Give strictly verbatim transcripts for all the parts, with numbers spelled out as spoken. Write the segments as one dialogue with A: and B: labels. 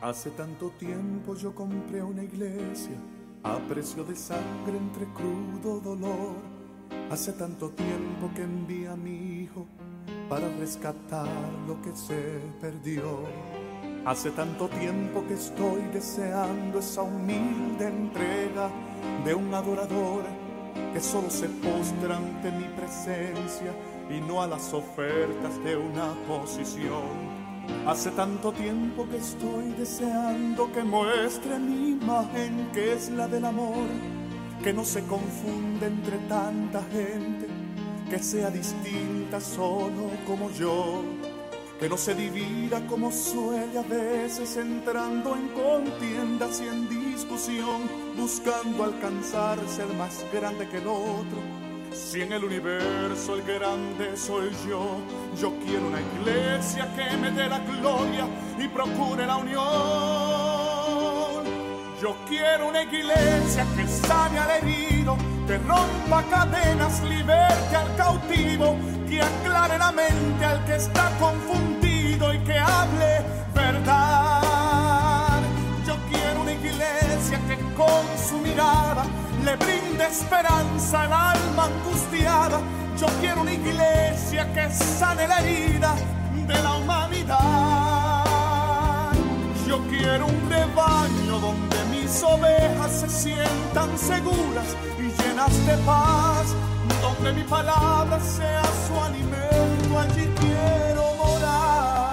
A: Hace tanto tiempo yo compré una iglesia a precio de sangre entre crudo dolor. Hace tanto tiempo que envié a mi hijo para rescatar lo que se perdió. Hace tanto tiempo que estoy deseando esa humilde entrega de un adorador que solo se postra ante mi presencia y no a las ofertas de una posición. Hace tanto tiempo que estoy deseando que muestre mi imagen, que es la del amor, que no se confunde entre tanta gente, que sea distinta solo como yo, que no se divida como suele a veces, entrando en contiendas y en discusión, buscando alcanzar ser más grande que el otro. Si en el universo el grande soy yo, yo quiero una iglesia que me dé la gloria y procure la unión. Yo quiero una iglesia que sane al herido, que rompa cadenas, liberte al cautivo, que aclare la mente al que está confundido y que hable verdad. Yo quiero una iglesia que con su mirada le brinde esperanza al alma angustiada. Yo quiero una iglesia que sane la herida de la humanidad. Yo quiero un rebaño donde mis ovejas se sientan seguras y llenas de paz, donde mi palabra sea su alimento, allí quiero morar.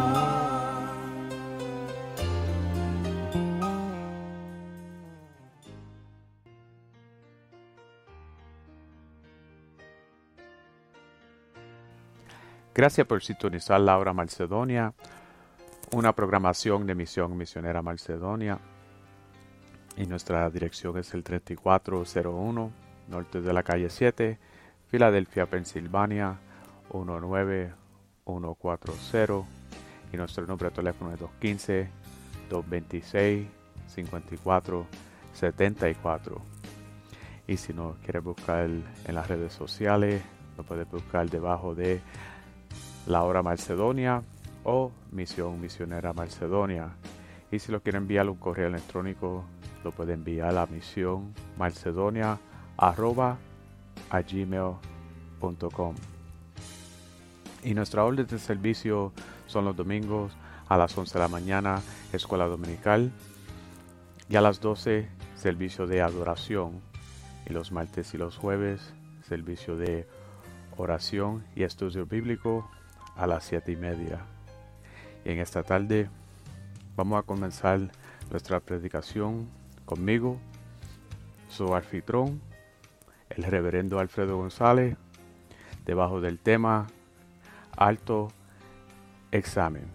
B: Gracias por sintonizar La Hora Macedonia, una programación de Misión Misionera Macedonia. Y nuestra dirección es el treinta y cuatro cero uno, norte de la calle siete, Filadelfia, Pensilvania, uno nueve uno cuatro cero. Y nuestro número de teléfono es dos uno cinco, dos dos seis, cinco cuatro siete cuatro. Y si no quieres buscar en las redes sociales, lo puedes buscar debajo de La Hora Macedonia o Misión Misionera Macedonia. Y si lo quiere enviar un correo electrónico, lo puede enviar a misión macedonia arroba a gmail punto com. Y nuestra orden de servicio son los domingos a las once de la mañana, escuela dominical, y a las doce, servicio de adoración, y los martes y los jueves, servicio de oración y estudio bíblico a las siete y media. Y en esta tarde vamos a comenzar nuestra predicación conmigo, su anfitrión, el reverendo Alfredo González, debajo del tema Alto Examen.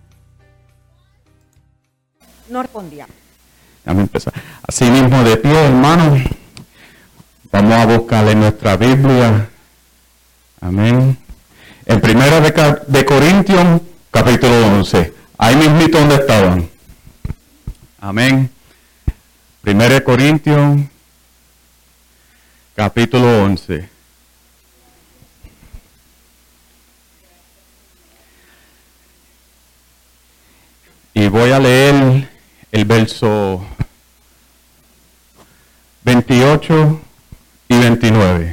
C: No respondía.
D: Vamos a empezar. Así mismo de pie, hermanos, vamos a buscarle nuestra Biblia. Amén. En Primera de, de Corintios, capítulo once. Ahí mismito donde estaban. Amén. Primera de Corintios, capítulo once. Y voy a leer el verso veintiocho y veintinueve.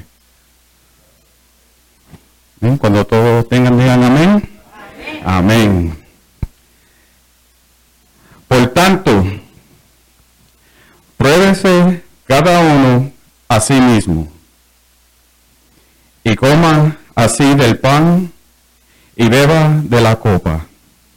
D: ¿Bien? Cuando todos tengan, digan amén. Amén. Amén. Por tanto, pruébese cada uno a sí mismo, y coma así del pan, y beba de la copa.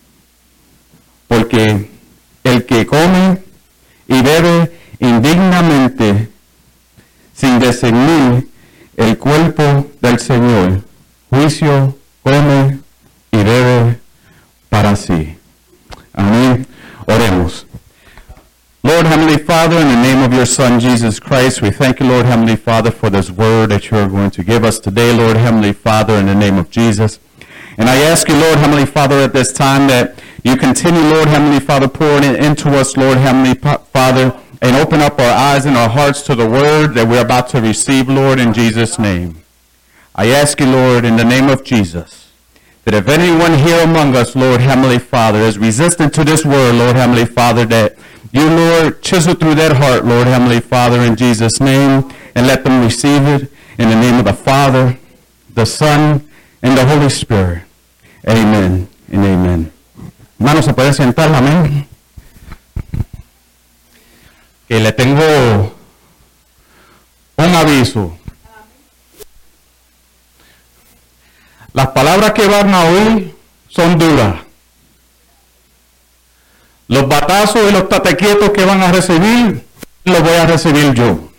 D: Porque el que come y bebe indignamente, sin discernir el cuerpo del Señor, juicio come y bebe para sí. Amén. Oremos. Lord Heavenly Father, in the name of your Son, Jesus Christ, we thank you, Lord Heavenly Father, for this word that you are going to give us today, Lord Heavenly Father, in the name of Jesus. And I ask you, Lord Heavenly Father, at this time that you continue, Lord Heavenly Father, pouring it into us, Lord Heavenly Father, and open up our eyes and our hearts to the word that we're about to receive, Lord, in Jesus' name. I ask you, Lord, in the name of Jesus, But if anyone here among us, Lord Heavenly Father, is resistant to this word, Lord Heavenly Father, that you, Lord, chisel through that heart, Lord Heavenly Father, in Jesus' name, and let them receive it in the name of the Father, the Son, and the Holy Spirit. Amen and amen. Hermanos, ¿se pueden sentar? Amén. Que le tengo un aviso. Las palabras que van a oír son duras. Los batazos y los tatequietos que van a recibir, los voy a recibir yo.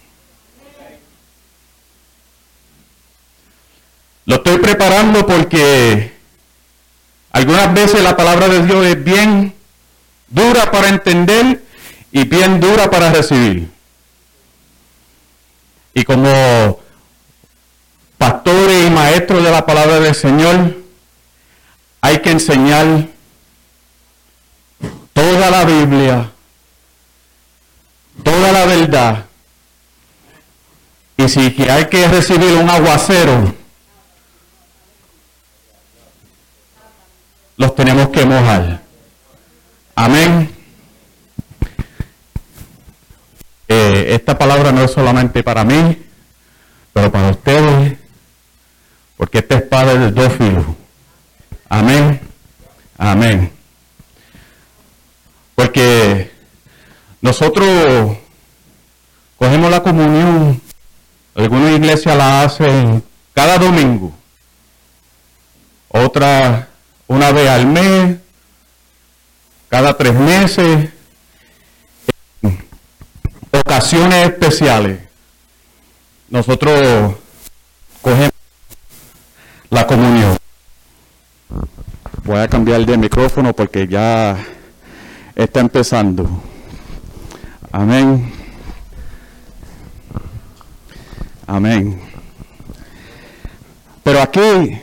D: Lo estoy preparando porque algunas veces la palabra de Dios es bien dura para entender y bien dura para recibir. Y como pastores y maestros de la palabra del Señor, hay que enseñar toda la Biblia, toda la verdad. Y si hay que recibir un aguacero, los tenemos que mojar. Amén. Eh, esta palabra no es solamente para mí, pero para ustedes, porque esta espada es de dos filos. Amén. Amén. Porque nosotros cogemos la comunión, algunas iglesias la hacen cada domingo, otras una vez al mes, cada tres meses, en ocasiones especiales. Nosotros cogemos la comunión. Voy a cambiar de micrófono porque ya está empezando. Amén. Amén. Pero aquí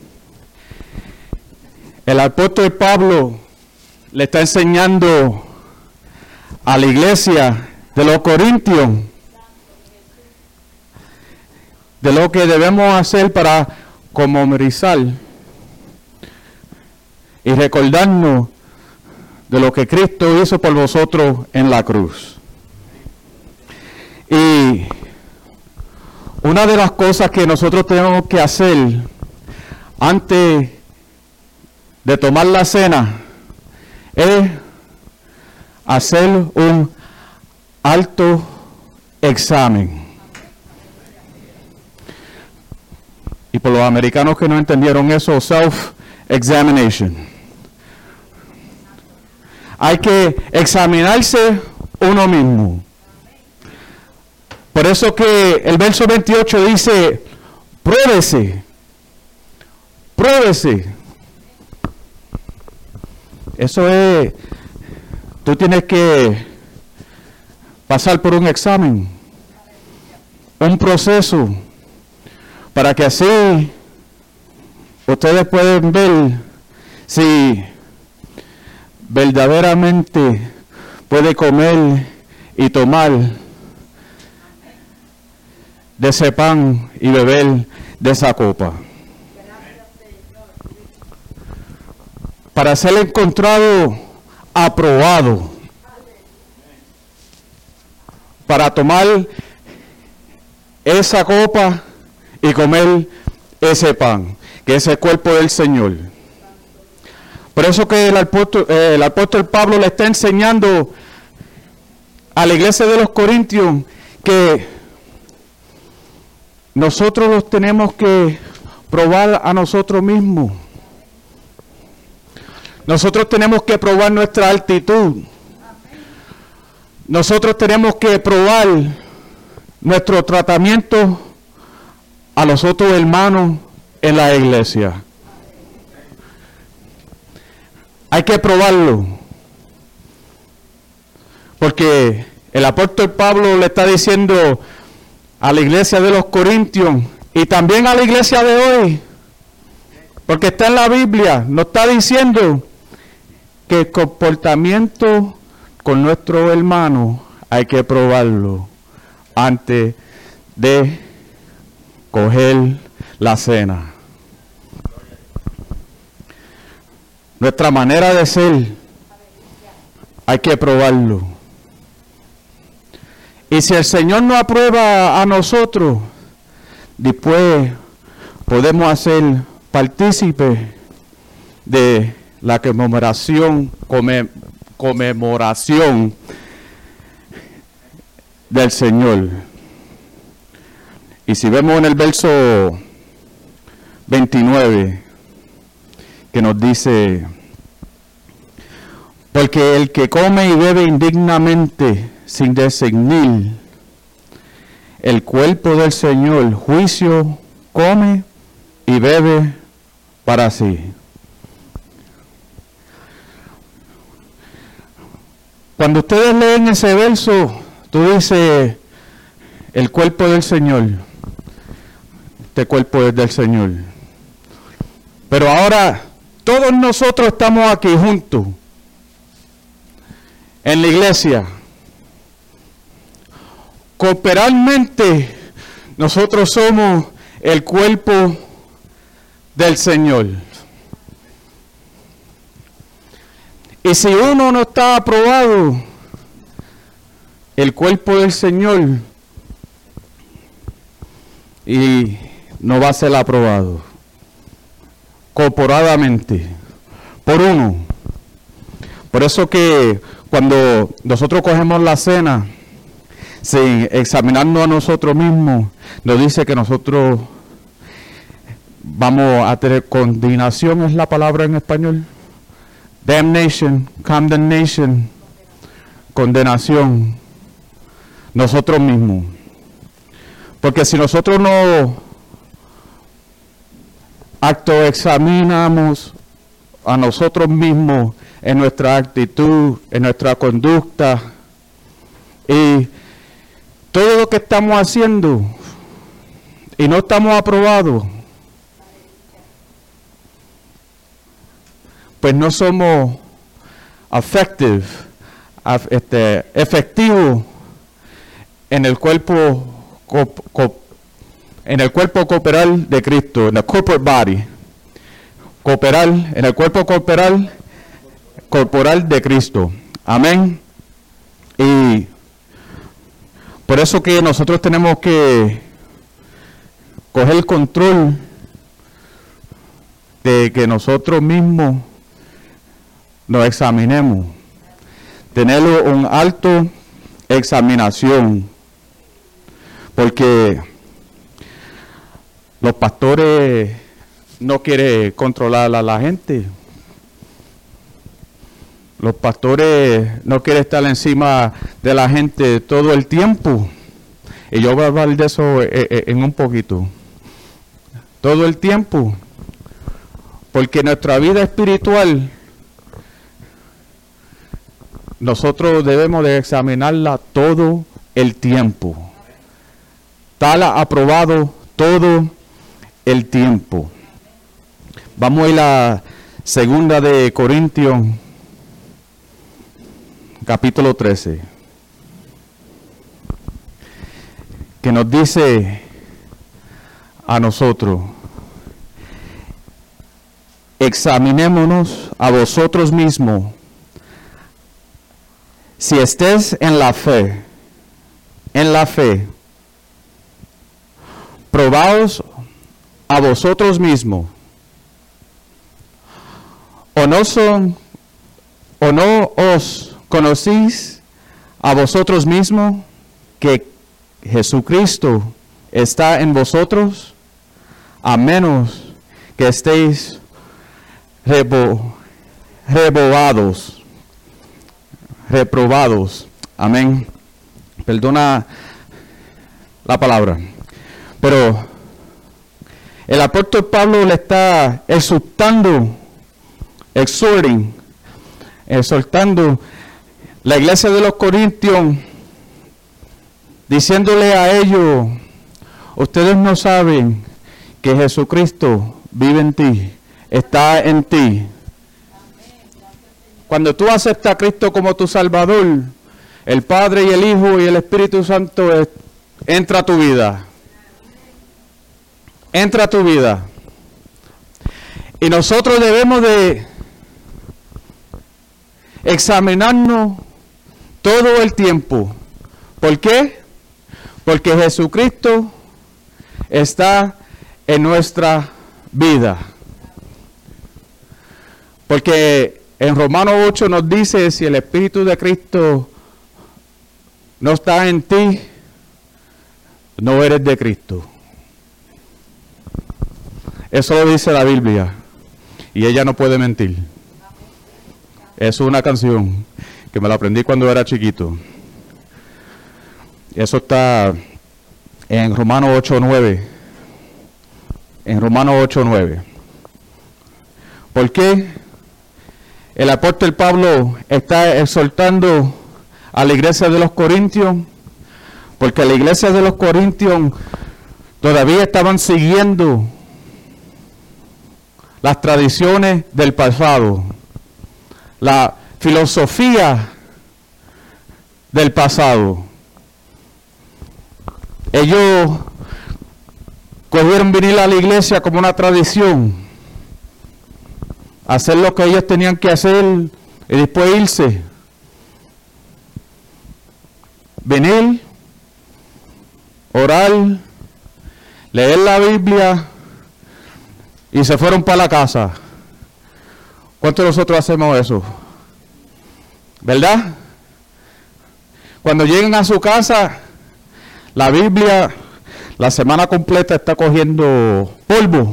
D: el apóstol Pablo le está enseñando a la iglesia de los Corintios de lo que debemos hacer para conmemorizar y recordarnos de lo que Cristo hizo por nosotros en la cruz. Y una de las cosas que nosotros tenemos que hacer antes de tomar la cena es hacer un alto examen. Y por los americanos que no entendieron eso, self-examination. Hay que examinarse uno mismo. Por eso que el verso veintiocho dice, pruébese, pruébese. Eso es, tú tienes que pasar por un examen, un proceso, para que así ustedes pueden ver si verdaderamente puede comer y tomar de ese pan y beber de esa copa. Para ser encontrado aprobado, para tomar esa copa y comer ese pan, que es el cuerpo del Señor. Por eso que el apóstol, eh, el apóstol Pablo le está enseñando a la iglesia de los Corintios que nosotros los tenemos que probar a nosotros mismos. Nosotros tenemos que probar nuestra actitud. Nosotros tenemos que probar nuestro tratamiento a los otros hermanos en la iglesia. Hay que probarlo. Porque el apóstol Pablo le está diciendo a la iglesia de los Corintios y también a la iglesia de hoy, porque está en la Biblia, nos está diciendo que el comportamiento con nuestros hermanos hay que probarlo antes de coger la cena. nuestra manera de ser, hay que probarlo. Y si el Señor no aprueba a nosotros, después podemos hacer partícipes de la conmemoración, come, conmemoración del Señor. Y si vemos en el verso veintinueve, que nos dice: porque el que come y bebe indignamente, sin discernir el cuerpo del Señor, juicio come y bebe para sí. Cuando ustedes leen ese verso, tú dices, el cuerpo del Señor, este cuerpo es del Señor. Pero ahora, todos nosotros estamos aquí juntos, en la iglesia. Corporalmente, nosotros somos el cuerpo del Señor. Y si uno no está aprobado, el cuerpo del Señor, y no va a ser aprobado corporadamente por uno. Por eso que cuando nosotros cogemos la cena, sin examinarnos a nosotros mismos, nos dice que nosotros vamos a tener condenación, es la palabra en español. Damnation, condemnation, condenación, nosotros mismos. Porque si nosotros no autoexaminamos a nosotros mismos en nuestra actitud, en nuestra conducta, y todo lo que estamos haciendo, y no estamos aprobados, pues no somos effective, este, efectivos en el cuerpo co, co, en el cuerpo corporal de Cristo, en el corporate body, corporal, en el cuerpo corporal corporal de Cristo. Amén. Y por eso que nosotros tenemos que coger el control de que nosotros mismos nos examinemos, tener un alto examinación, porque los pastores no quieren controlar a la gente. Los pastores no quieren estar encima de la gente todo el tiempo. Y yo voy a hablar de eso en un poquito. Todo el tiempo. Porque nuestra vida espiritual, nosotros debemos de examinarla todo el tiempo. Estar aprobado todo el tiempo. Vamos a ir a segunda de Corintios, capítulo trece, que nos dice a nosotros: examinémonos a vosotros mismos, si estés en la fe, en la fe, probaos a vosotros mismos, o no son, o no os conocéis a vosotros mismos que Jesucristo está en vosotros, a menos que estéis rebo, rebobados, reprobados. Amén. Perdona la palabra, pero el apóstol Pablo le está exhortando, exhorting, exhortando la iglesia de los Corintios, diciéndole a ellos: ustedes no saben que Jesucristo vive en ti, está en ti. Cuando tú aceptas a Cristo como tu Salvador, el Padre y el Hijo y el Espíritu Santo es, entra a tu vida. Entra a tu vida. Y nosotros debemos de examinarnos todo el tiempo. ¿Por qué? Porque Jesucristo está en nuestra vida. Porque en Romanos ocho nos dice, si el Espíritu de Cristo no está en ti, no eres de Cristo. Eso lo dice la Biblia. Y ella no puede mentir. Es una canción que me la aprendí cuando era chiquito. Eso está en Romanos ocho nueve. En Romanos ocho nueve. ¿Por qué? El apóstol Pablo está exhortando a la iglesia de los Corintios, porque la iglesia de los Corintios todavía estaban siguiendo las tradiciones del pasado, la filosofía del pasado. Ellos cogieron venir a la iglesia como una tradición, hacer lo que ellos tenían que hacer y después irse. Venir, orar, leer la Biblia y se fueron para la casa. ¿Cuántos de nosotros hacemos eso? ¿Verdad? Cuando lleguen a su casa, la Biblia, la semana completa está cogiendo polvo.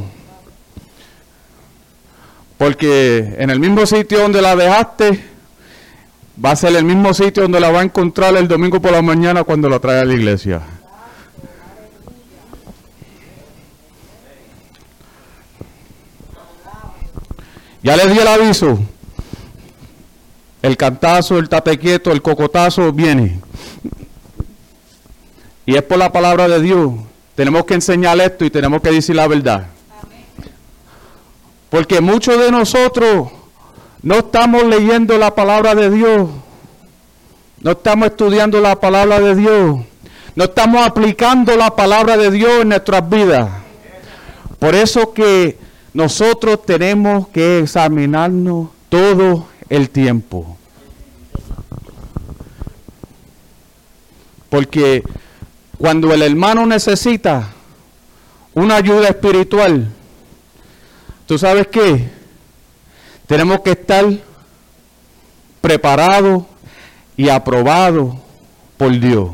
D: Porque en el mismo sitio donde la dejaste, va a ser el mismo sitio donde la va a encontrar el domingo por la mañana cuando la trae a la iglesia. Ya les di el aviso. El cantazo, el tate quieto, el cocotazo viene. Y es por la palabra de Dios. Tenemos que enseñar esto y tenemos que decir la verdad. Porque muchos de nosotros no estamos leyendo la palabra de Dios. No estamos estudiando la palabra de Dios. No estamos aplicando la palabra de Dios en nuestras vidas. Por eso que nosotros tenemos que examinarnos todo el tiempo. Porque cuando el hermano necesita una ayuda espiritual, ¿tú sabes qué? Tenemos que estar preparados y aprobados por Dios.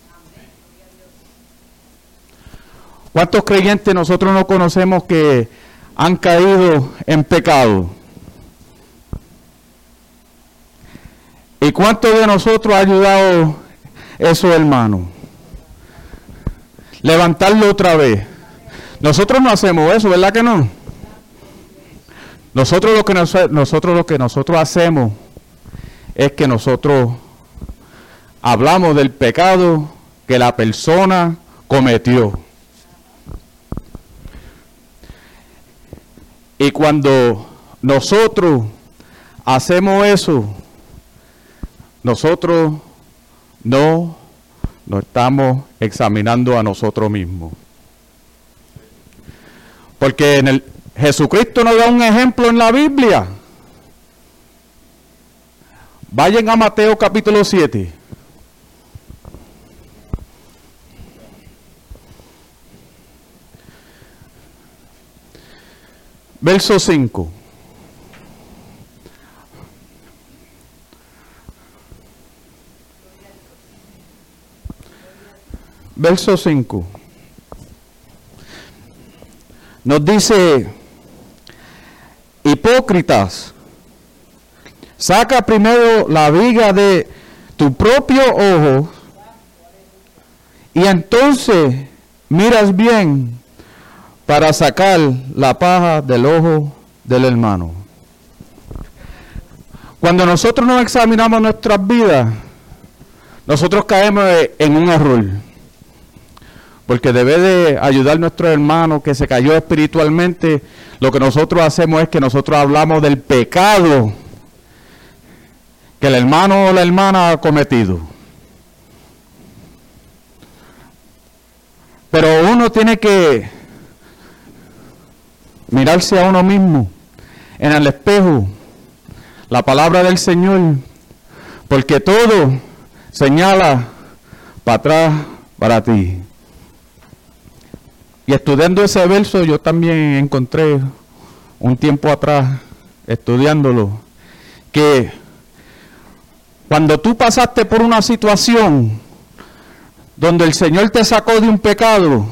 D: ¿Cuántos creyentes nosotros no conocemos que han caído en pecado? ¿Y cuántos de nosotros ha ayudado esos hermanos? Levantarlo otra vez. Nosotros no hacemos eso, ¿verdad que no? Nosotros lo que nos, nosotros lo que nosotros hacemos es que nosotros hablamos del pecado que la persona cometió. Y cuando nosotros hacemos eso, nosotros no nos estamos examinando a nosotros mismos. Porque en el Jesucristo nos da un ejemplo en la Biblia. Vayan a Mateo capítulo siete. Verso cinco. Verso cinco. Nos dice: hipócritas, saca primero la viga de tu propio ojo y entonces miras bien para sacar la paja del ojo del hermano. Cuando nosotros nos examinamos nuestras vidas, nosotros caemos en un error. Porque debe de ayudar a nuestro hermano que se cayó espiritualmente. Lo que nosotros hacemos es que nosotros hablamos del pecado que el hermano o la hermana ha cometido. Pero uno tiene que mirarse a uno mismo en el espejo. La palabra del Señor porque todo señala para atrás para ti. Y estudiando ese verso yo también encontré un tiempo atrás, estudiándolo, que cuando tú pasaste por una situación donde el Señor te sacó de un pecado,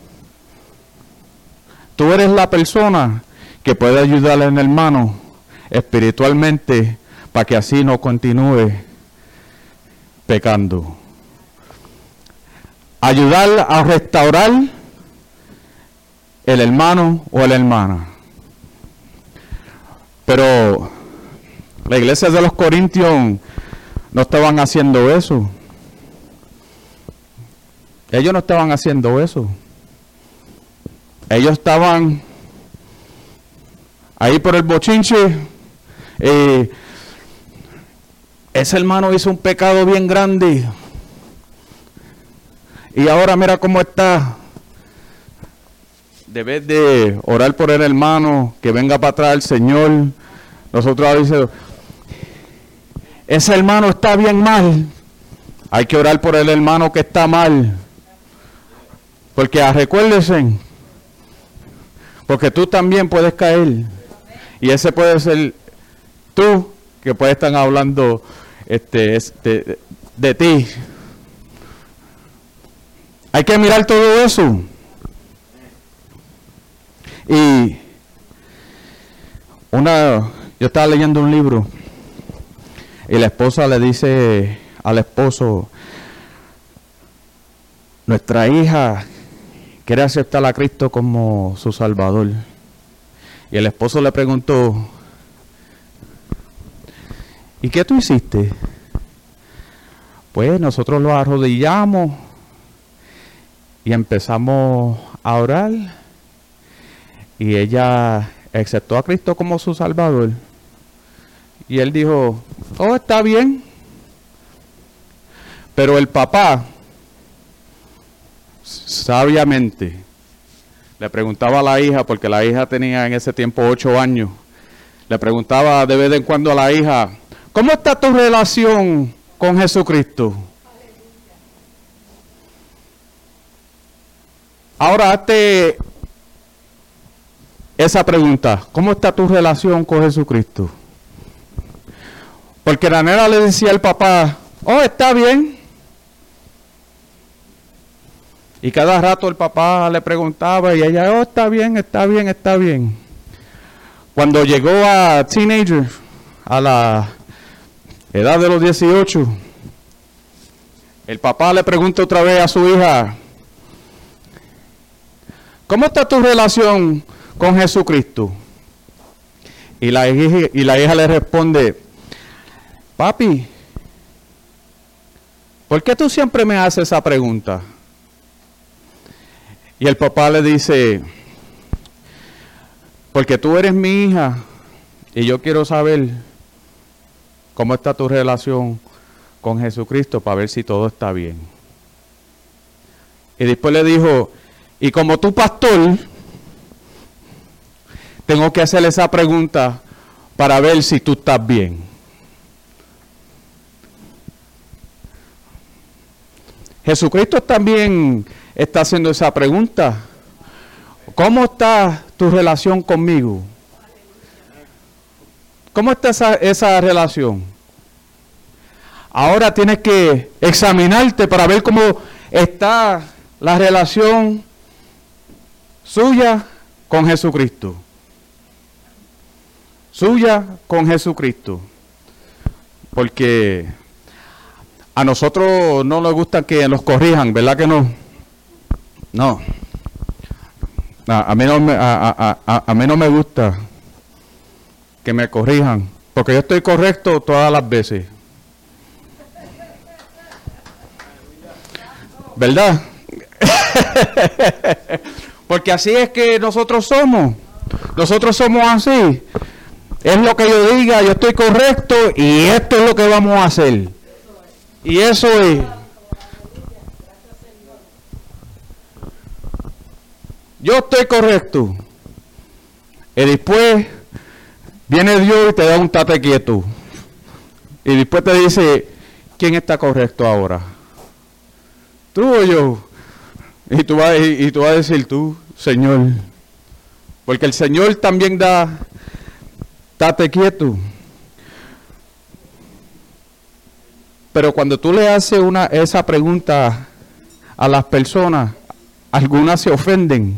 D: tú eres la persona que puede ayudarle al hermano espiritualmente para que así no continúe pecando. Ayudar a restaurar el hermano o la hermana. Pero la iglesia de los Corintios no estaban haciendo eso. Ellos no estaban haciendo eso. Ellos estaban ahí por el bochinche. Eh, ese hermano hizo un pecado bien grande. Y ahora mira cómo está. Debes de orar por el hermano, que venga para atrás el Señor. Nosotros decimos, ese hermano está bien mal. Hay que orar por el hermano que está mal. Porque ah, recuérdense, porque tú también puedes caer. Y ese puede ser tú, que puedes estar hablando este, este, de ti. Hay que mirar todo eso. Y una, yo estaba leyendo un libro y la esposa le dice al esposo, nuestra hija quiere aceptar a Cristo como su Salvador. Y el esposo le preguntó, ¿y qué tú hiciste? Pues nosotros lo arrodillamos y empezamos a orar. Y ella aceptó a Cristo como su Salvador. Y él dijo, oh, está bien. Pero el papá, sabiamente, le preguntaba a la hija, porque la hija tenía en ese tiempo ocho años, le preguntaba de vez en cuando a la hija, ¿cómo está tu relación con Jesucristo? Ahora hazte esa pregunta, ¿cómo está tu relación con Jesucristo? Porque la nena le decía al papá, oh, está bien. Y cada rato el papá le preguntaba y ella, oh, está bien, está bien, está bien. Cuando llegó a teenager, a la edad de los dieciocho, el papá le pregunta otra vez a su hija, ¿cómo está tu relación con Jesucristo? Y la hija, y la hija le responde, papi, ¿por qué tú siempre me haces esa pregunta? Y el papá le dice, porque tú eres mi hija y yo quiero saber cómo está tu relación con Jesucristo para ver si todo está bien. Y después le dijo, y como tu pastor, tengo que hacerle esa pregunta para ver si tú estás bien. Jesucristo también está haciendo esa pregunta. ¿Cómo está tu relación conmigo? ¿Cómo está esa, esa relación? Ahora tienes que examinarte para ver cómo está la relación suya con Jesucristo. Suya con Jesucristo. Porque a nosotros no nos gusta que nos corrijan, ¿verdad que no? No. A, a, mí, no me, a, a, a, a mí no me gusta que me corrijan, porque yo estoy correcto todas las veces. ¿Verdad? Porque así es que nosotros somos. Nosotros somos así. Es lo que yo diga, yo estoy correcto y esto es lo que vamos a hacer. Y eso es. Yo estoy correcto. Y después viene Dios y te da un tate quieto. Y después te dice, ¿quién está correcto ahora? ¿Tú o yo? Y tú vas, y, y tú vas a decir tú, Señor. Porque el Señor también da, date quieto. Pero cuando tú le haces una, esa pregunta a las personas, algunas se ofenden.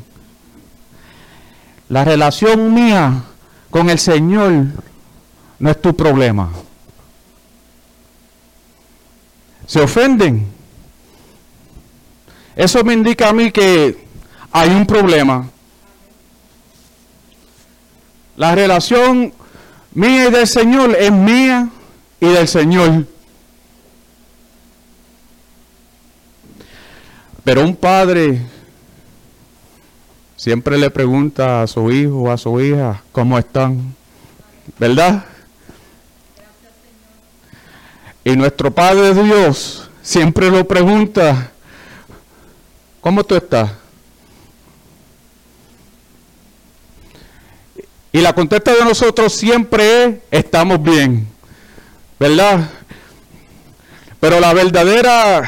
D: La relación mía con el Señor no es tu problema. Se ofenden. Eso me indica a mí que hay un problema. La relación mía y del Señor es mía y del Señor. Pero un padre siempre le pregunta a su hijo o a su hija cómo están, ¿verdad? Y nuestro Padre Dios siempre lo pregunta, ¿cómo tú estás? Y la contesta de nosotros siempre es, estamos bien, ¿verdad? Pero la verdadera,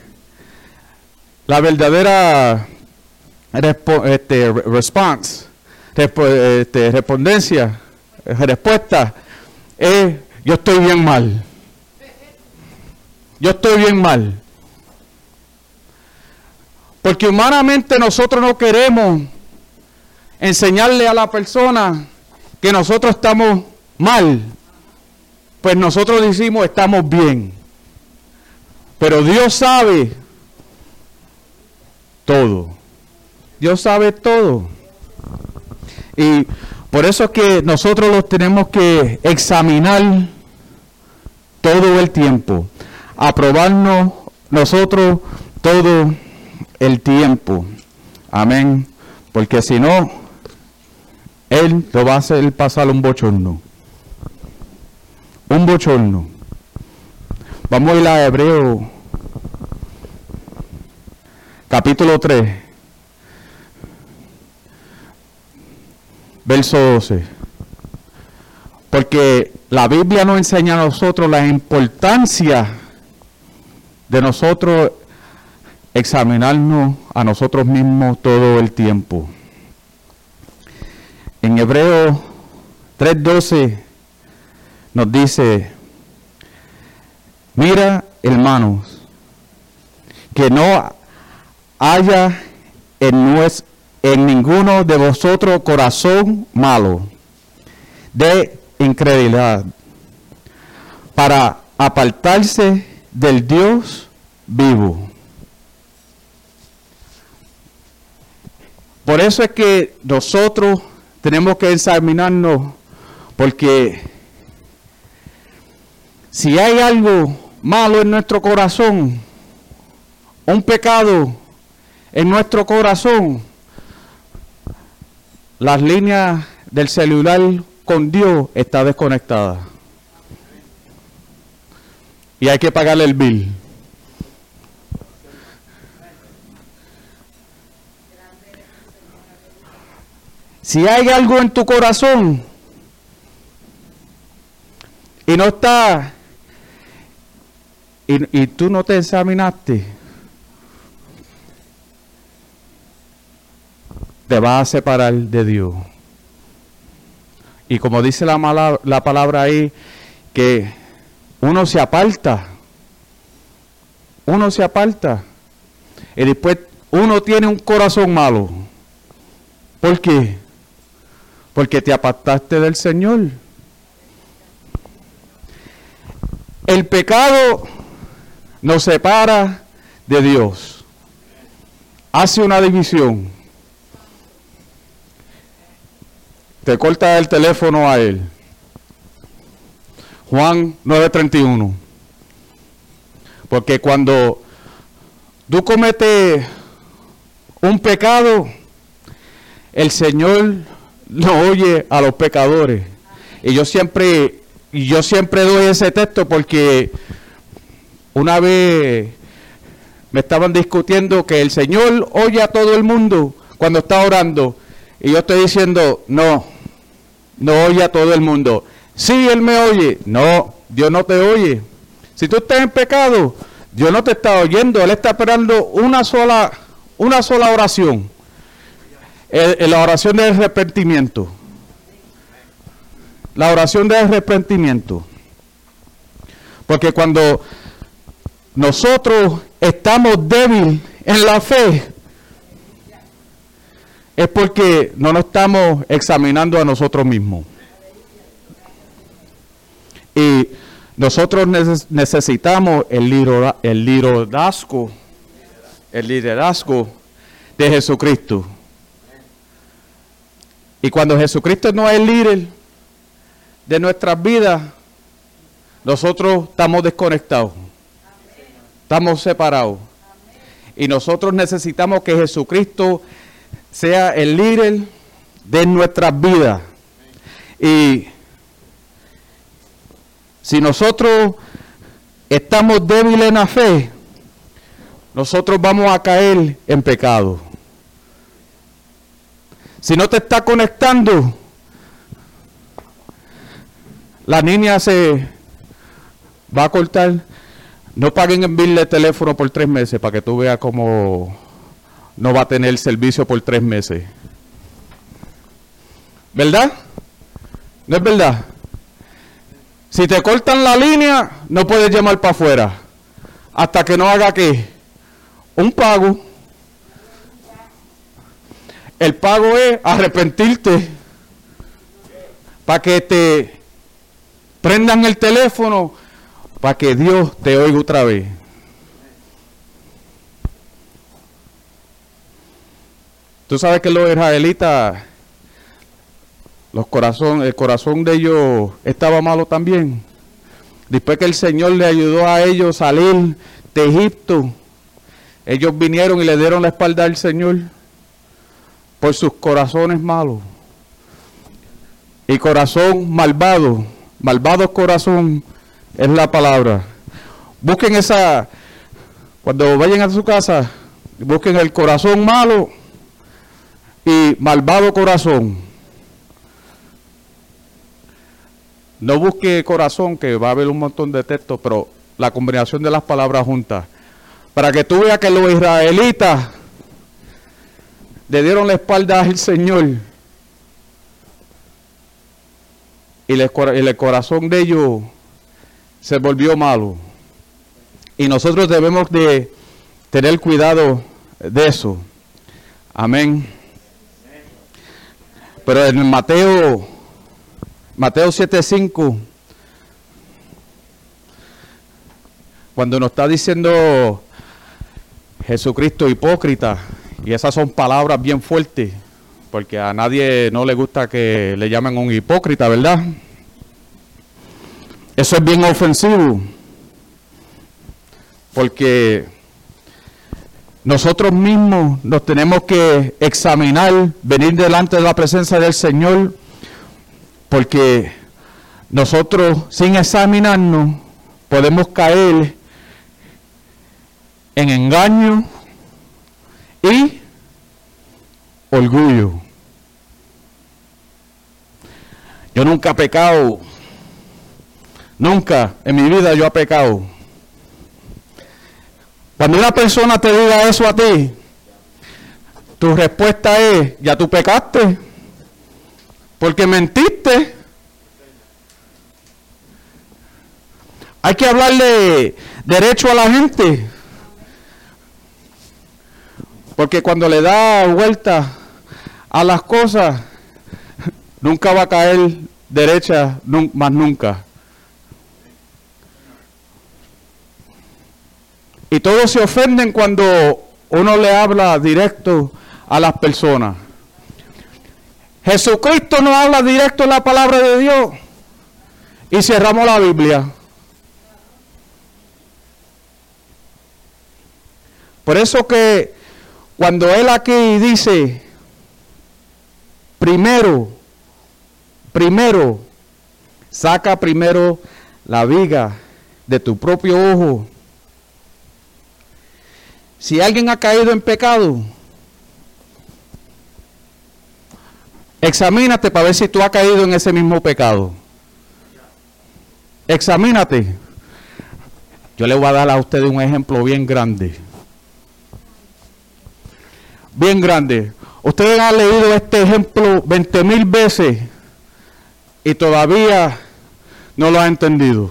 D: la verdadera respo, este, response, respo, este, respondencia, respuesta es, yo estoy bien mal. Yo estoy bien mal. Porque humanamente nosotros no queremos enseñarle a la persona que nosotros estamos mal. Pues nosotros decimos estamos bien. Pero Dios sabe todo. Dios sabe todo. Y por eso es que nosotros los tenemos que examinar todo el tiempo. Aprobarnos nosotros todo el tiempo. Amén. Porque si no, Él lo va a hacer pasar un bochorno. Un bochorno. Vamos a ir a Hebreos, capítulo tres, verso doce. Porque la Biblia nos enseña a nosotros la importancia de nosotros examinarnos a nosotros mismos todo el tiempo. En Hebreos tres doce nos dice, mira, hermanos, que no haya en, nues, en ninguno de vosotros corazón malo de incredulidad para apartarse del Dios vivo. Por eso es que nosotros tenemos que examinarnos, porque si hay algo malo en nuestro corazón, un pecado en nuestro corazón, las líneas del celular con Dios están desconectadas. Y hay que pagarle el bill. Si hay algo en tu corazón y no está, y, y tú no te examinaste, te vas a separar de Dios. Y como dice la, mala, la palabra ahí, que uno se aparta, uno se aparta, y después uno tiene un corazón malo. ¿Por qué? Porque te apartaste del Señor. El pecado nos separa de Dios. Hace una división. Te corta el teléfono a él. Juan nueve treinta y uno. Porque cuando tú cometes un pecado, el Señor no oye a los pecadores. Y yo siempre, yo siempre doy ese texto porque una vez me estaban discutiendo que el Señor oye a todo el mundo cuando está orando. Y yo estoy diciendo, no, no oye a todo el mundo. Sí, Él me oye. No, Dios no te oye.
B: Si tú estás en pecado, Dios no te está oyendo. Él está esperando una sola, una sola oración. El, el, la oración del arrepentimiento. La oración del arrepentimiento. Porque cuando nosotros estamos débiles en la fe, es porque no nos estamos examinando a nosotros mismos. Y nosotros neces necesitamos el, lidera el liderazgo, el liderazgo de Jesucristo. Y cuando Jesucristo no es el líder de nuestras vidas, nosotros estamos desconectados, estamos separados. Y nosotros necesitamos que Jesucristo sea el líder de nuestras vidas. Y si nosotros estamos débiles en la fe, nosotros vamos a caer en pecado. Si no te está conectando, la niña se va a cortar. No paguen el bill de teléfono por tres meses para que tú veas cómo no va a tener servicio por tres meses. ¿Verdad? ¿No es verdad? Si te cortan la línea, no puedes llamar para afuera. Hasta que no haga ¿qué? Un pago. El pago es arrepentirte. Para que te prendan el teléfono. Para que Dios te oiga otra vez. Tú sabes que los israelitas, los corazón, el corazón de ellos estaba malo también. Después que el Señor le ayudó a ellos a salir de Egipto, ellos vinieron y le dieron la espalda al Señor por sus corazones malos. Y corazón malvado, malvado corazón es la palabra. Busquen esa, cuando vayan a su casa, busquen el corazón malo y malvado corazón. No busque corazón, que va a haber un montón de textos, pero la combinación de las palabras juntas. Para que tú veas que los israelitas le dieron la espalda al Señor. Y el, el corazón de ellos se volvió malo. Y nosotros debemos de tener cuidado de eso. Amén. Pero en Mateo, Mateo siete cinco, cuando nos está diciendo Jesucristo hipócrita, y esas son palabras bien fuertes, porque a nadie no le gusta que le llamen un hipócrita, ¿verdad? Eso es bien ofensivo, porque nosotros mismos nos tenemos que examinar, venir delante de la presencia del Señor, porque nosotros sin examinarnos podemos caer en engaño y orgullo. Yo nunca he pecado, nunca en mi vida yo he pecado. Cuando una persona te diga eso a ti, tu respuesta es, ya tú pecaste, porque mentiste. Hay que hablarle derecho a la gente, porque cuando le da vuelta a las cosas, nunca va a caer derecha más nunca. Y todos se ofenden cuando uno le habla directo a las personas. Jesucristo no habla directo en la palabra de Dios. Y cerramos la Biblia. Por eso que cuando Él aquí dice, primero, primero, saca primero la viga de tu propio ojo. Si alguien ha caído en pecado, examínate para ver si tú has caído en ese mismo pecado. Examínate.
C: Yo le voy a dar a ustedes un ejemplo bien grande. Bien grande. Ustedes han leído este ejemplo veinte mil veces y todavía no lo han entendido.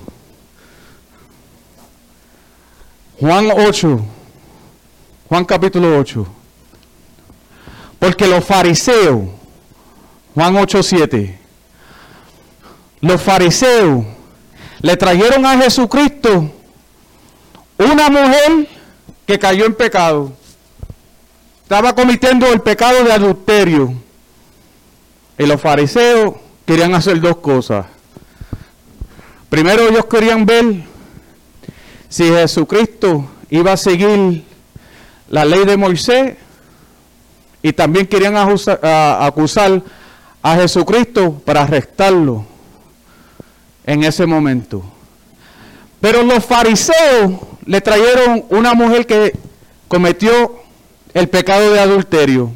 C: Juan ocho, Juan capítulo ocho. Porque los fariseos, Juan ocho, siete, los fariseos le trajeron a Jesucristo una mujer que cayó en pecado. Estaba cometiendo el pecado de adulterio. Y los fariseos querían hacer dos cosas. Primero, ellos querían ver si Jesucristo iba a seguir la ley de Moisés, y también querían acusar a Jesucristo para arrestarlo en ese momento. Pero los fariseos le trajeron una mujer que cometió el pecado de adulterio.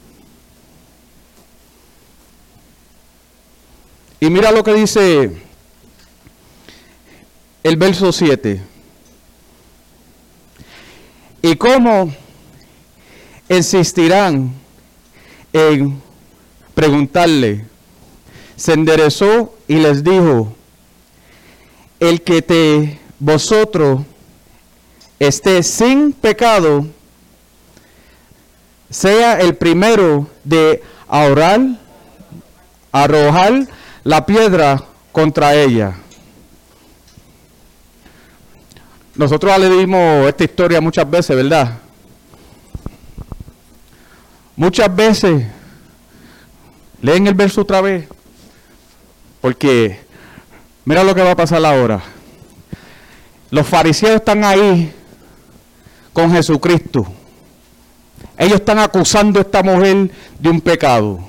C: Y mira lo que dice el verso siete. ¿Y cómo insistirán en preguntarle? Se enderezó y les dijo: el que de vosotros esté sin pecado, sea el primero de ahorrar, arrojar la piedra contra ella. Nosotros le dimos esta historia muchas veces, ¿verdad? Muchas veces, leen el verso otra vez, porque mira lo que va a pasar ahora. Los fariseos están ahí con Jesucristo. Ellos están acusando a esta mujer de un pecado.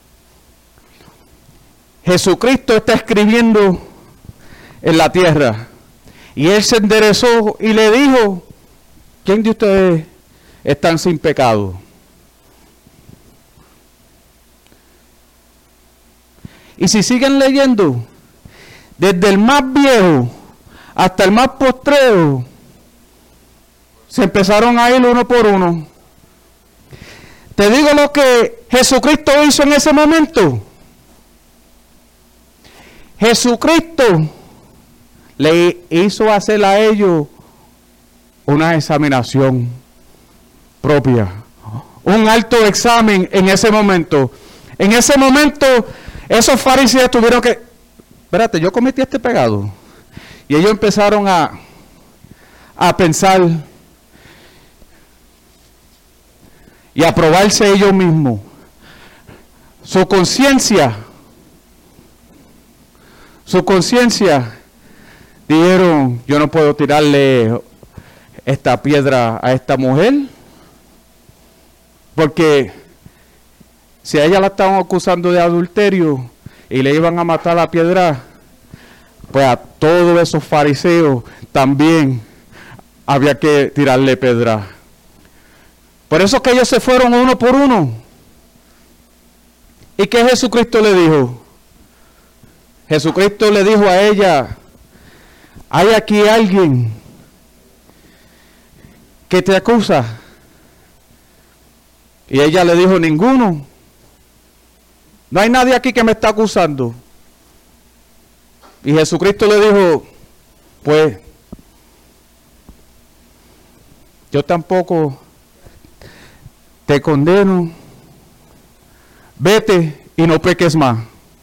C: Jesucristo está escribiendo en la tierra. Y él se enderezó y le dijo: ¿quién de ustedes están sin pecado? Y si siguen leyendo, desde el más viejo hasta el más postrero, se empezaron a ir uno por uno. Te digo lo que Jesucristo hizo en ese momento. Jesucristo le hizo hacer a ellos una examinación propia, un alto examen en ese momento. En ese momento, esos fariseos tuvieron que, espérate, yo cometí este pecado. Y ellos empezaron a, a pensar y a probarse ellos mismos. Su conciencia, su conciencia, dijeron: yo no puedo tirarle esta piedra a esta mujer, porque si a ella la estaban acusando de adulterio y le iban a matar a la piedra, pues a todos esos fariseos también había que tirarle piedra. Por eso que ellos se fueron uno por uno. ¿Y qué Jesucristo le dijo? Jesucristo le dijo a ella: ¿hay aquí alguien que te acusa? Y ella le dijo: ninguno. No hay nadie aquí que me está acusando. Y Jesucristo le dijo: pues yo tampoco te condeno. Vete y no peques más.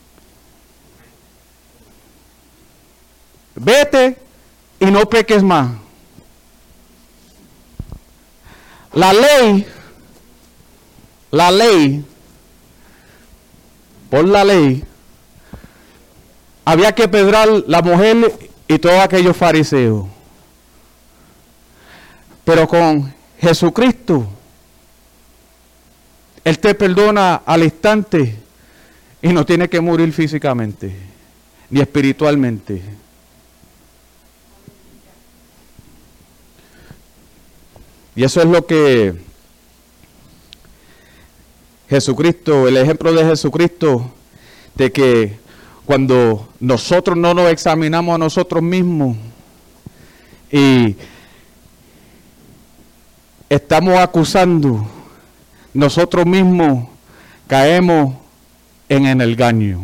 C: Vete y no peques más. La ley, la ley, por la ley, había que pedrar la mujer y todos aquellos fariseos. Pero con Jesucristo, Él te perdona al instante y no tiene que morir físicamente ni espiritualmente. Y eso es lo que Jesucristo, el ejemplo de Jesucristo, de que cuando nosotros no nos examinamos a nosotros mismos y estamos acusando, nosotros mismos caemos en el engaño.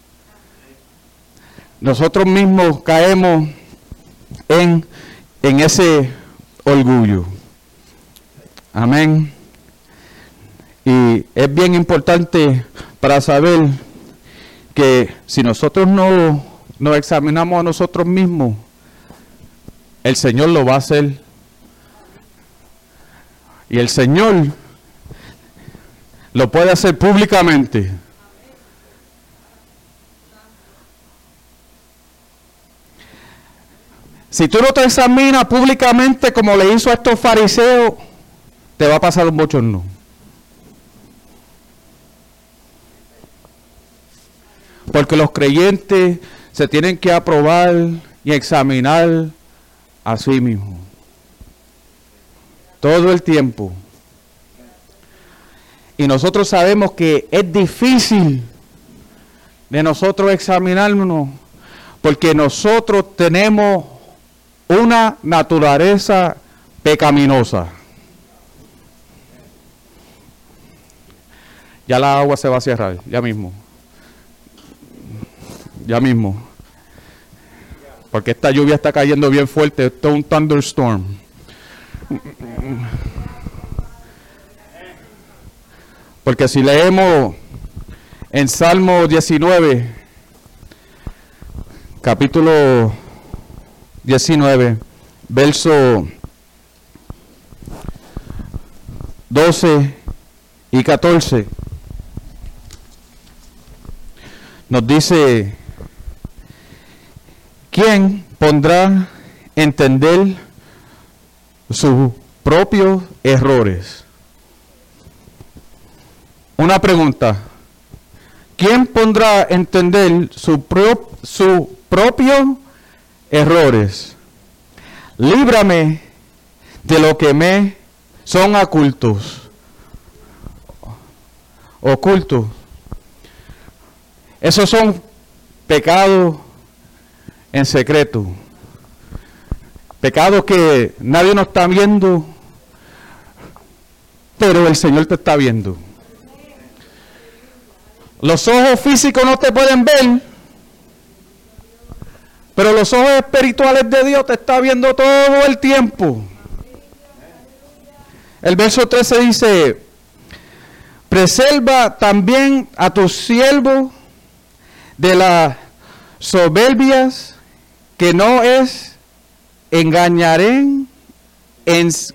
C: Nosotros mismos caemos en, en ese orgullo. Amén. Y es bien importante para saber que si nosotros no nos examinamos a nosotros mismos, el Señor lo va a hacer. Y el Señor lo puede hacer públicamente. Si tú no te examinas públicamente como le hizo a estos fariseos, te va a pasar un bochorno. Porque los creyentes se tienen que aprobar y examinar a sí mismos. Todo el tiempo. Y nosotros sabemos que es difícil de nosotros examinarnos, porque nosotros tenemos una naturaleza pecaminosa. Ya la agua se va a cerrar, ya mismo. Ya mismo. Porque esta lluvia está cayendo bien fuerte, esto es un thunderstorm. Porque si leemos en Salmo diecinueve, capítulo diecinueve, verso doce y catorce, nos dice: ¿quién pondrá entender sus propios errores? Una pregunta. ¿Quién pondrá entender su pro, sus propios errores? Líbrame de lo que me son ocultos. Ocultos. Esos son pecados en secreto. Pecados que nadie nos está viendo, pero el Señor te está viendo. Los ojos físicos no te pueden ver, pero los ojos espirituales de Dios te está viendo todo el tiempo. El verso trece dice: preserva también a tus siervos de las soberbias, que no es engañaré, ens,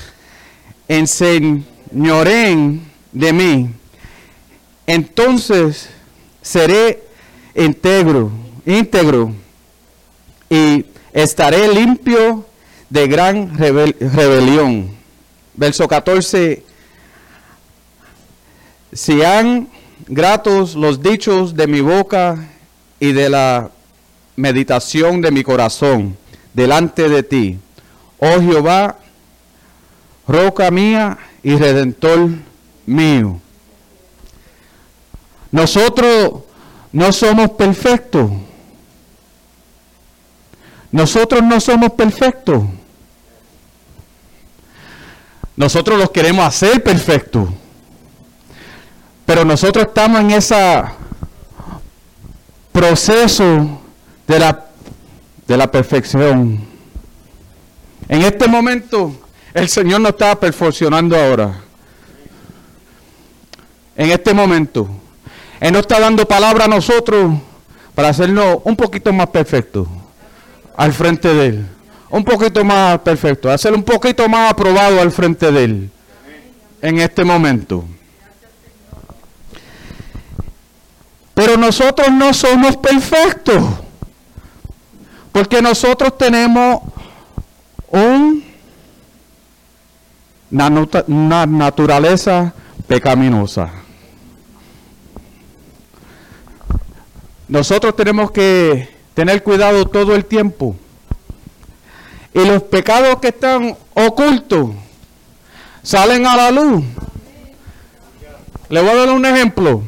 C: enseñorén de mí. Entonces seré íntegro, íntegro y estaré limpio de gran rebel, rebelión. Verso catorce. Sean gratos los dichos de mi boca y de la meditación de mi corazón delante de ti, oh Jehová, roca mía y redentor mío. Nosotros no somos perfectos. Nosotros no somos perfectos. Nosotros los queremos hacer perfectos. Pero nosotros estamos en ese proceso de la, de la perfección. En este momento, el Señor nos está perfeccionando ahora. En este momento. Él nos está dando palabra a nosotros para hacernos un poquito más perfectos al frente de Él. Un poquito más perfecto, hacer un poquito más aprobado al frente de Él. En este momento. Pero nosotros no somos perfectos. Porque nosotros tenemos un, una naturaleza pecaminosa. Nosotros tenemos que tener cuidado todo el tiempo. Y los pecados que están ocultos salen a la luz. Le voy a dar un ejemplo.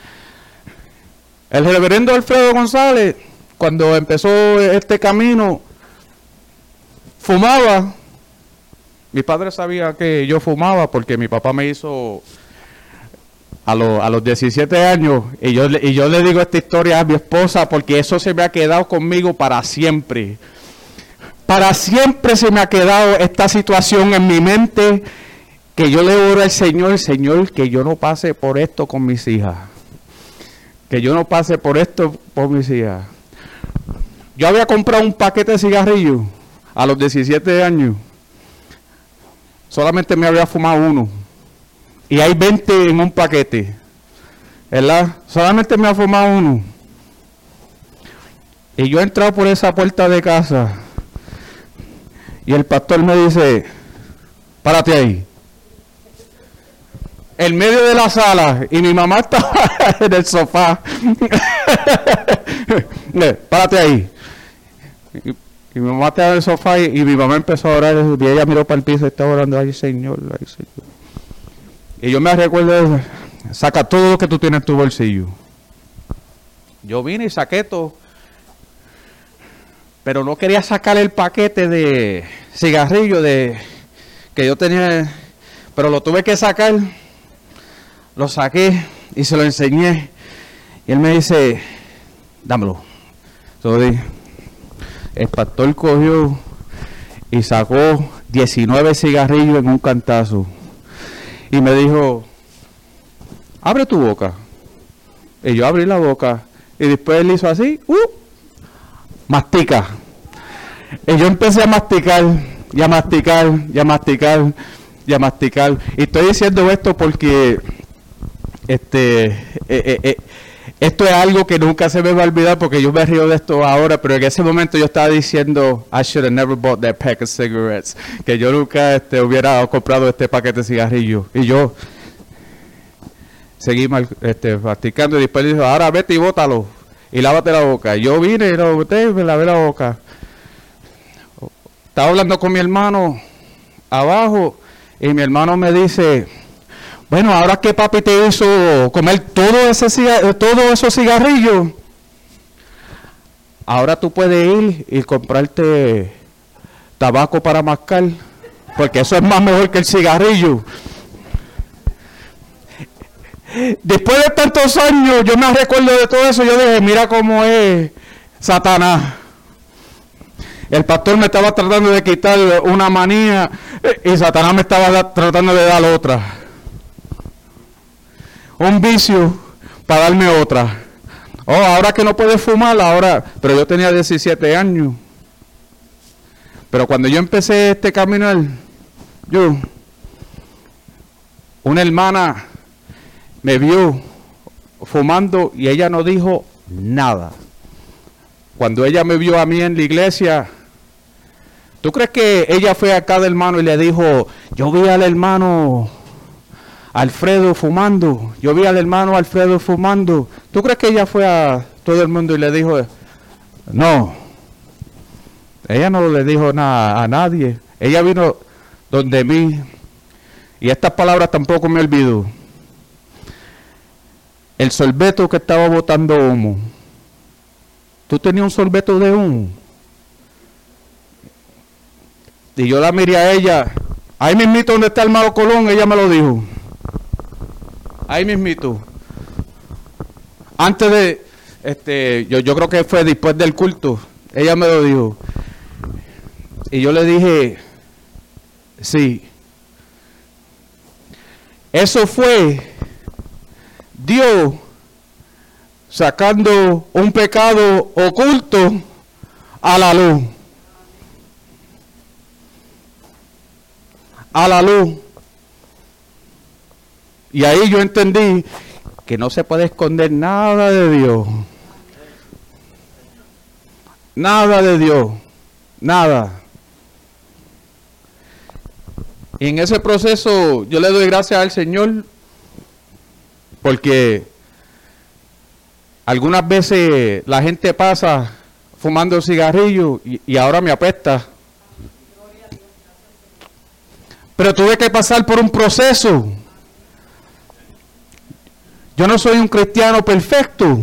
C: El reverendo Alfredo González, cuando empezó este camino, fumaba. Mi padre sabía que yo fumaba porque mi papá me hizo a, lo, a los diecisiete años. Y yo, y yo le digo esta historia a mi esposa porque eso se me ha quedado conmigo para siempre. Para siempre se me ha quedado esta situación en mi mente, que yo le oro al Señor, Señor, que yo no pase por esto con mis hijas. Que yo no pase por esto por mis hijas. Yo había comprado un paquete de cigarrillos a los diecisiete años. Solamente me había fumado uno. Y hay veinte en un paquete. ¿Verdad? Solamente me ha fumado uno. Y yo he entrado por esa puerta de casa. Y el pastor me dice, párate ahí. En medio de la sala. Y mi mamá estaba en el sofá. Párate ahí. Y, y mi mamá estaba en el sofá y, y mi mamá empezó a orar. Y ella miró para el piso y estaba orando. Ay, Señor, ay, Señor. Y yo me recuerdo, saca todo lo que tú tienes en tu bolsillo. Yo vine y saqué todo. Pero no quería sacar el paquete de cigarrillo de que yo tenía, pero lo tuve que sacar. Lo saqué y se lo enseñé. Y él me dice, dámelo. So, el pastor cogió y sacó diecinueve cigarrillos en un cantazo. Y me dijo, abre tu boca. Y yo abrí la boca. Y después él hizo así, uh, mastica. Y yo empecé a masticar, y a masticar, y a masticar, y a masticar. Y estoy diciendo esto porque este eh, eh, eh, esto es algo que nunca se me va a olvidar, porque yo me río de esto ahora, pero en ese momento yo estaba diciendo, I should have never bought that pack of cigarettes, que yo nunca este, hubiera comprado este paquete de cigarrillos. Y yo seguí mal, este, masticando, y después dijo, ahora vete y bótalo, y lávate la boca. Y yo vine y lo boté y me lavé la boca. Estaba hablando con mi hermano abajo, y mi hermano me dice, bueno, ahora que papi te hizo comer todo ese todos esos cigarrillos, ahora tú puedes ir y comprarte tabaco para mascar, porque eso es más mejor que el cigarrillo. Después de tantos años, yo me recuerdo de todo eso, yo dije, mira cómo es Satanás. El pastor me estaba tratando de quitar una manía y Satanás me estaba tratando de dar otra. Un vicio para darme otra. Oh, ahora que no puedes fumar, ahora... Pero yo tenía diecisiete años. Pero cuando yo empecé este caminar, yo... Una hermana me vio fumando y ella no dijo nada. Cuando ella me vio a mí en la iglesia... ¿Tú crees que ella fue a cada hermano y le dijo, yo vi al hermano Alfredo fumando, yo vi al hermano Alfredo fumando? ¿Tú crees que ella fue a todo el mundo y le dijo, no? Ella no le dijo nada a nadie. Ella vino donde mí, y estas palabras tampoco me olvidó. El sorbeto que estaba botando humo. ¿Tú tenías un sorbeto de humo? Y yo la miré a ella, ahí mismito donde está el hermano Colón, ella me lo dijo. Ahí mismito. Antes de, este, yo, yo creo que fue después del culto, ella me lo dijo. Y yo le dije, sí. Eso fue Dios sacando un pecado oculto a la luz. A la luz. Y ahí yo entendí que no se puede esconder nada de Dios. Nada de Dios. Nada. Y en ese proceso yo le doy gracias al Señor, porque algunas veces la gente pasa fumando cigarrillo y, y ahora me apesta. Pero tuve que pasar por un proceso. Yo no soy un cristiano perfecto.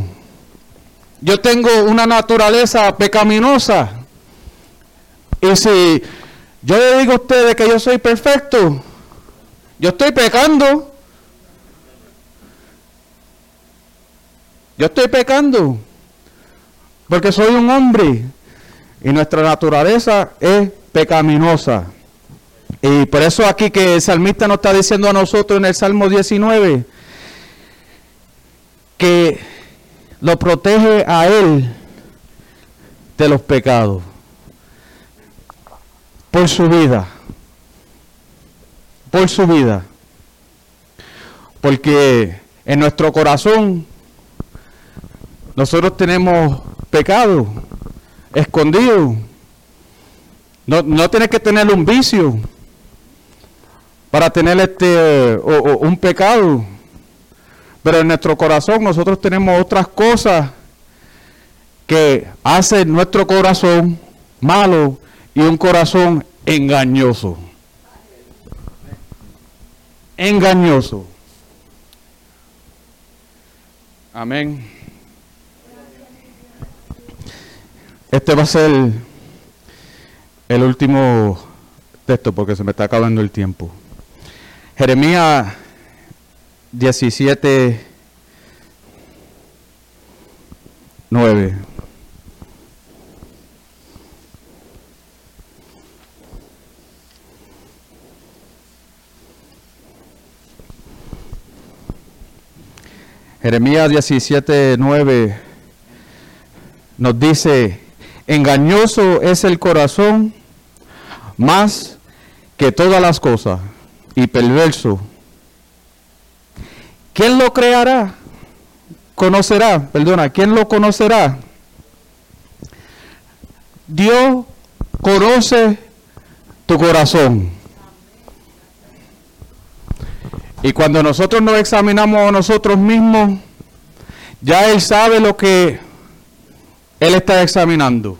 C: Yo tengo una naturaleza pecaminosa. Y si Yo le digo a ustedes que yo soy perfecto. Yo estoy pecando. Yo estoy pecando. Porque soy un hombre. Y nuestra naturaleza es pecaminosa. Y por eso aquí que el salmista nos está diciendo a nosotros en el Salmo diecinueve que lo protege a él de los pecados por su vida, por su vida, porque en nuestro corazón nosotros tenemos pecado escondido. No, no tienes que tener un vicio para tener este o, o un pecado, pero en nuestro corazón nosotros tenemos otras cosas que hacen nuestro corazón malo y un corazón engañoso. Engañoso. Amén. Este va a ser el, el último texto porque se me está acabando el tiempo. Jeremías diecisiete, nueve. Jeremías diecisiete, nueve nos dice: engañoso es el corazón más que todas las cosas y perverso. ¿Quién lo creará? Conocerá, perdona, ¿quién lo conocerá? Dios conoce tu corazón. Y cuando nosotros nos examinamos a nosotros mismos, ya Él sabe lo que Él está examinando.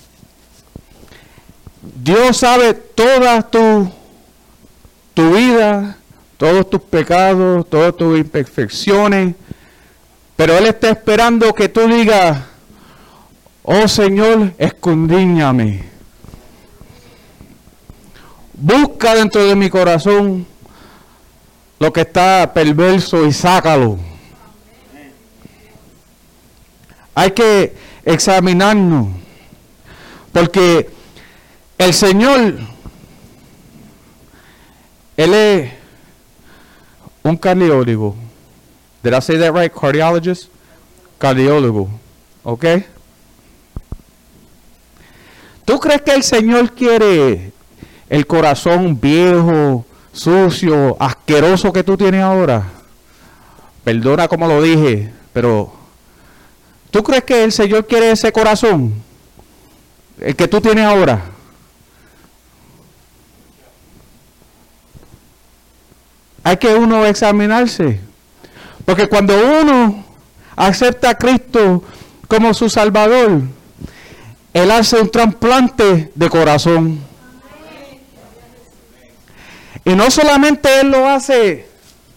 C: Dios sabe toda tu, tu vida, todos tus pecados, todas tus imperfecciones, pero Él está esperando que tú digas: oh Señor, escudriñame. Busca dentro de mi corazón lo que está perverso y sácalo. Hay que examinarnos, porque el Señor, Él es un cardiólogo. Did I say that right? Cardiologist? Cardiólogo. ¿Ok? ¿Tú crees que el Señor quiere el corazón viejo, sucio, asqueroso que tú tienes ahora? Perdona como lo dije, pero ¿tú crees que el Señor quiere ese corazón? El que tú tienes ahora. Hay que uno examinarse. Porque cuando uno acepta a Cristo como su Salvador, Él hace un trasplante de corazón. Y no solamente Él lo hace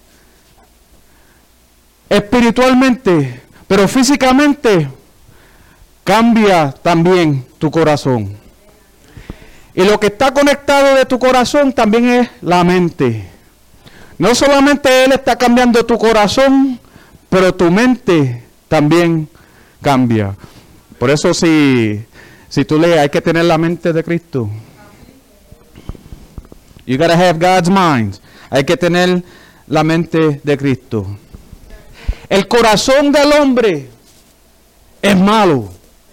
C: espiritualmente, pero físicamente cambia también tu corazón. Y lo que está conectado de tu corazón también es la mente. No solamente Él está cambiando tu corazón, pero tu mente también cambia. Por eso si, si tú lees, hay que tener la mente de Cristo. You gotta have God's mind. Hay que tener la mente de Cristo. El corazón del hombre es malo,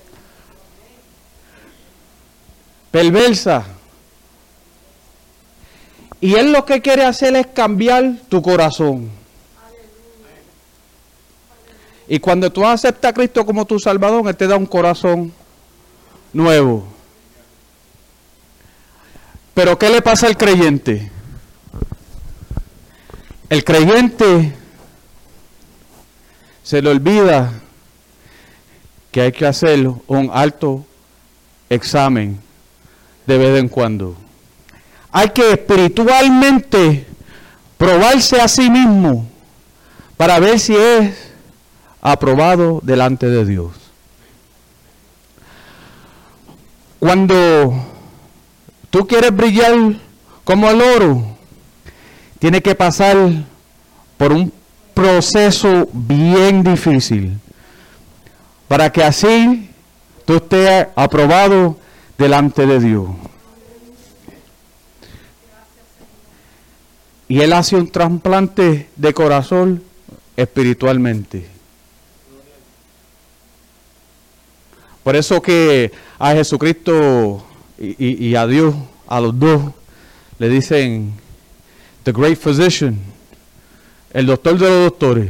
C: perversa. Y Él lo que quiere hacer es cambiar tu corazón. Y cuando tú aceptas a Cristo como tu Salvador, Él te da un corazón nuevo. Pero ¿qué le pasa al creyente? El creyente se le olvida que hay que hacer un alto examen de vez en cuando. Hay que espiritualmente probarse a sí mismo para ver si es aprobado delante de Dios. Cuando tú quieres brillar como el oro, tiene que pasar por un proceso bien difícil para que así tú estés aprobado delante de Dios. Y Él hace un trasplante de corazón espiritualmente. Por eso que a Jesucristo y, y, y a Dios, a los dos, le dicen The Great Physician, el doctor de los doctores.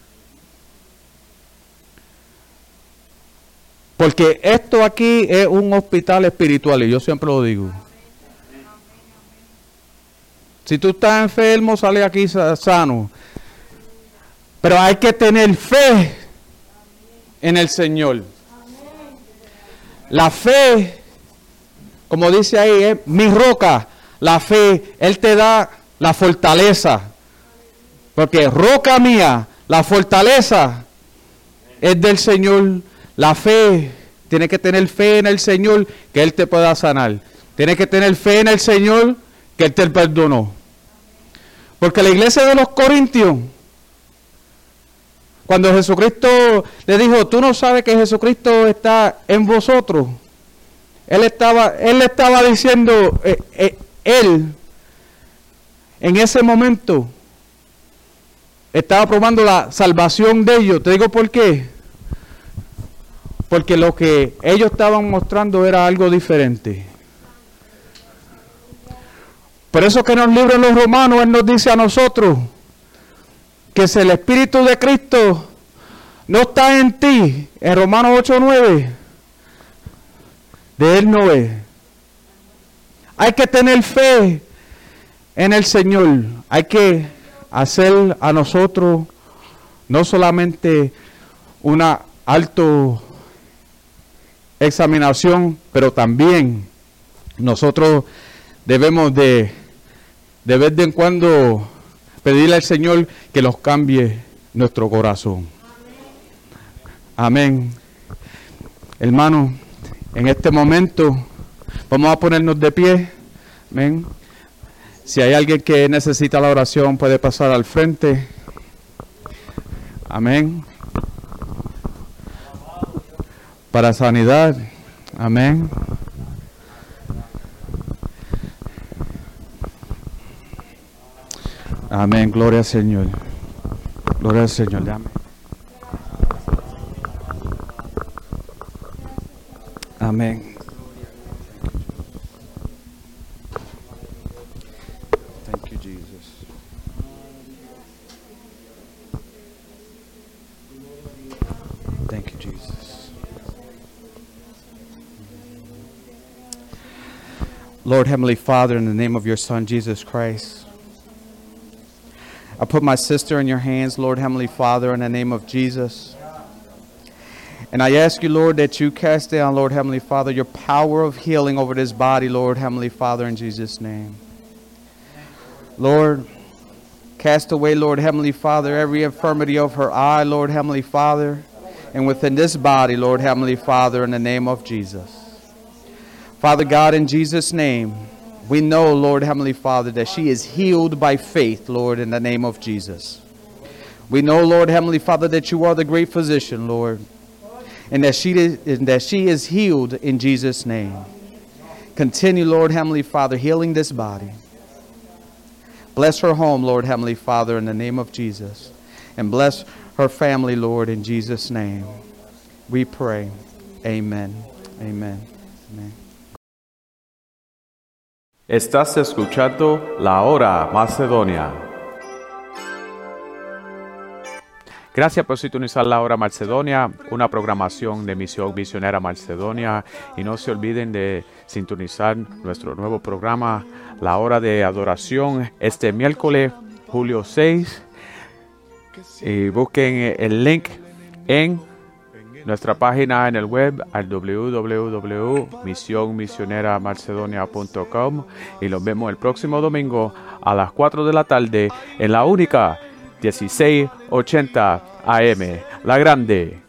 C: Porque esto aquí es un hospital espiritual y yo siempre lo digo. Si tú estás enfermo, sale aquí sano. Pero hay que tener fe en el Señor. La fe, como dice ahí, es mi roca. La fe, Él te da la fortaleza. Porque roca mía, la fortaleza es del Señor. La fe, tiene que tener fe en el Señor que Él te pueda sanar. Tiene que tener fe en el Señor que Él te perdonó. Porque la iglesia de los Corintios, cuando Jesucristo le dijo, tú no sabes que Jesucristo está en vosotros. Él estaba, él le estaba diciendo, eh, eh, él, en ese momento, estaba probando la salvación de ellos. Te digo por qué. Porque lo que ellos estaban mostrando era algo diferente. Por eso que en los libros de los Romanos Él nos dice a nosotros que si el Espíritu de Cristo no está en ti, en Romanos ocho nueve, de Él no es. Hay que tener fe en el Señor. Hay que hacer a nosotros no solamente una alto examinación, pero también nosotros debemos de de vez en cuando pedirle al Señor que los cambie nuestro corazón. Amén. Hermano, en este momento vamos a ponernos de pie. Amén. Si hay alguien que necesita la oración, puede pasar al frente. Amén. Para sanidad. Amén. Amén, gloria al Señor. Gloria al Señor. Amén. Amén. Thank you, Jesus. Thank you, Jesus. Lord, Heavenly Father, in the name of your Son, Jesus Christ, I put my sister in your hands, Lord Heavenly Father, in the name of Jesus. And I ask you, Lord, that you cast down, Lord Heavenly Father, your power of healing over this body, Lord Heavenly Father, in Jesus' name. Lord, cast away, Lord Heavenly Father, every infirmity of her eye, Lord Heavenly Father, and within this body, Lord Heavenly Father, in the name of Jesus. Father God, in Jesus' name, we know, Lord Heavenly Father, that she is healed by faith, Lord, in the name of Jesus. We know, Lord Heavenly Father, that you are the great physician, Lord, and that she is, and that she is healed in Jesus' name. Continue, Lord Heavenly Father, healing this body. Bless her home, Lord Heavenly Father, in the name of Jesus. And bless her family, Lord, in Jesus' name. We pray. Amen. Amen. Amen.
B: Estás escuchando La Hora Macedonia. Gracias por sintonizar La Hora Macedonia, una programación de Misión Misionera Macedonia. Y no se olviden de sintonizar nuestro nuevo programa, La Hora de Adoración, este miércoles, julio seis. Y busquen el link en nuestra página en el web al w w w punto misión misionera macedonia punto com y los vemos el próximo domingo a las cuatro de la tarde en la única dieciséis ochenta A M, La Grande.